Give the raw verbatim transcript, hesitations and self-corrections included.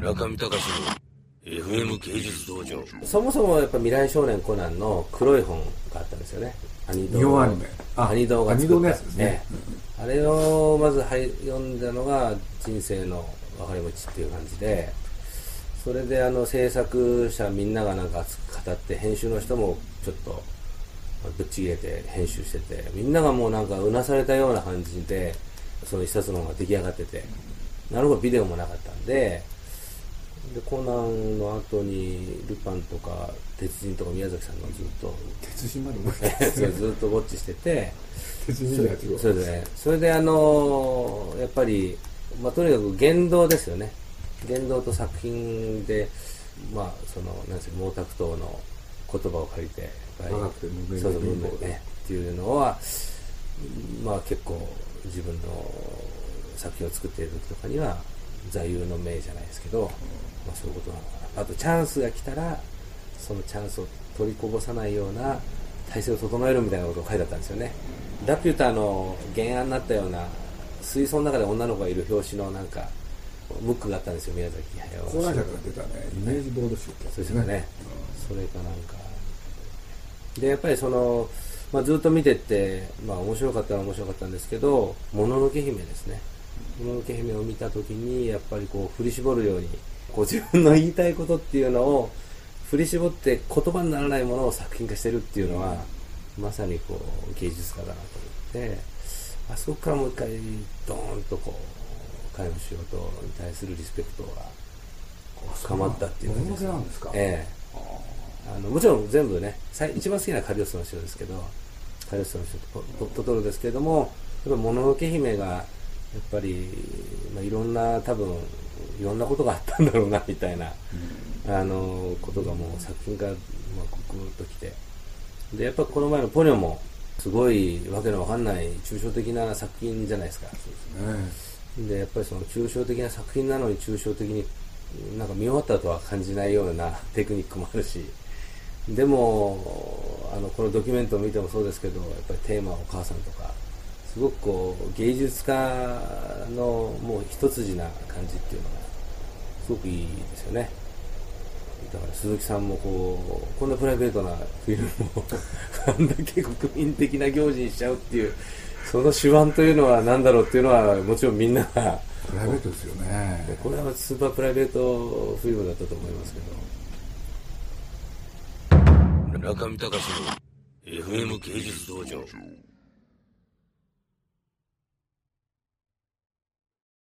中見隆の エフエム 芸術道場。 そもそもやっぱ未来少年コナンの黒い本があったんですよね。アニ日本アニメ。 アニドが作ったアニドのやつですね。 あれをまず読んだのが人生の分かれ道っていう感じで、それであの制作者みんながなんか熱く語って、編集の人もちょっとぶっちぎれて編集してて、みんながもうなんかうなされたような感じでその一冊の本が出来上がってて、なるほどビデオもなかったんで、でコナンの後にルパンとか鉄人とか宮崎さんがずっと鉄人まで覚えてますね。 ずっとウォッチしてて、 鉄人のやつをそれでね、それであのやっぱり、まあ、とにかく言動ですよね。言動と作品で、まあそのなんですか、毛沢東の言葉を借りて、やっぱり長くて無名そうそう無の貧乏で名ねっていうのは、まあ結構自分の作品を作っている時とかには座右の銘じゃないですけど、まあ、そういうことなのかな。あとチャンスが来たらそのチャンスを取りこぼさないような体制を整えるみたいなことを書いてあったんですよね。ラピュタの原案になったような水槽の中で女の子がいる表紙のなんかムックがあったんですよ、宮崎駿。 講談社から出たね、イメージボード集ってやつそうですよね、うん、それかなんかで、やっぱりその、まあ、ずっと見てって、まあ、面白かったら面白かったんですけど、もののけ姫ですね。もののけ姫を見たときにやっぱりこう振り絞るように、こう自分の言いたいことっていうのを振り絞って言葉にならないものを作品化してるっていうのは、まさにこう芸術家だなと思って、あそこからもう一回ドーンとこう彼の仕事に対するリスペクトがこう深まったっていう感じです。 もののけなんですか。 ええ、あのもちろん全部ね、一番好きなカリオストの城ですけど、カリオストの城とトトロですけれども、やっぱもののけ姫がやっぱり、まあ、いろんな多分いろんなことがあったんだろうなみたいな、うん、あのことがもう作品がまあグーッときて、でやっぱこの前のポニョもすごいわけのわかんない抽象的な作品じゃないですか。そうですね。でやっぱりその抽象的な作品なのに抽象的になんか見終わったとは感じないようなテクニックもあるし、でもあのこのドキュメントを見てもそうですけど、やっぱりテーマはお母さんとか、すごくこう芸術家のもう一筋な感じっていうのがすごくいいですよね。だから鈴木さんもこうこんなプライベートなフィルムをあんだけ国民的な行事にしちゃうっていう、その手腕というのは何だろうっていうのはもちろんみんながプライベートですよね。 これはスーパープライベートフィルムだったと思いますけど。 中見隆の エフエム 芸術道場。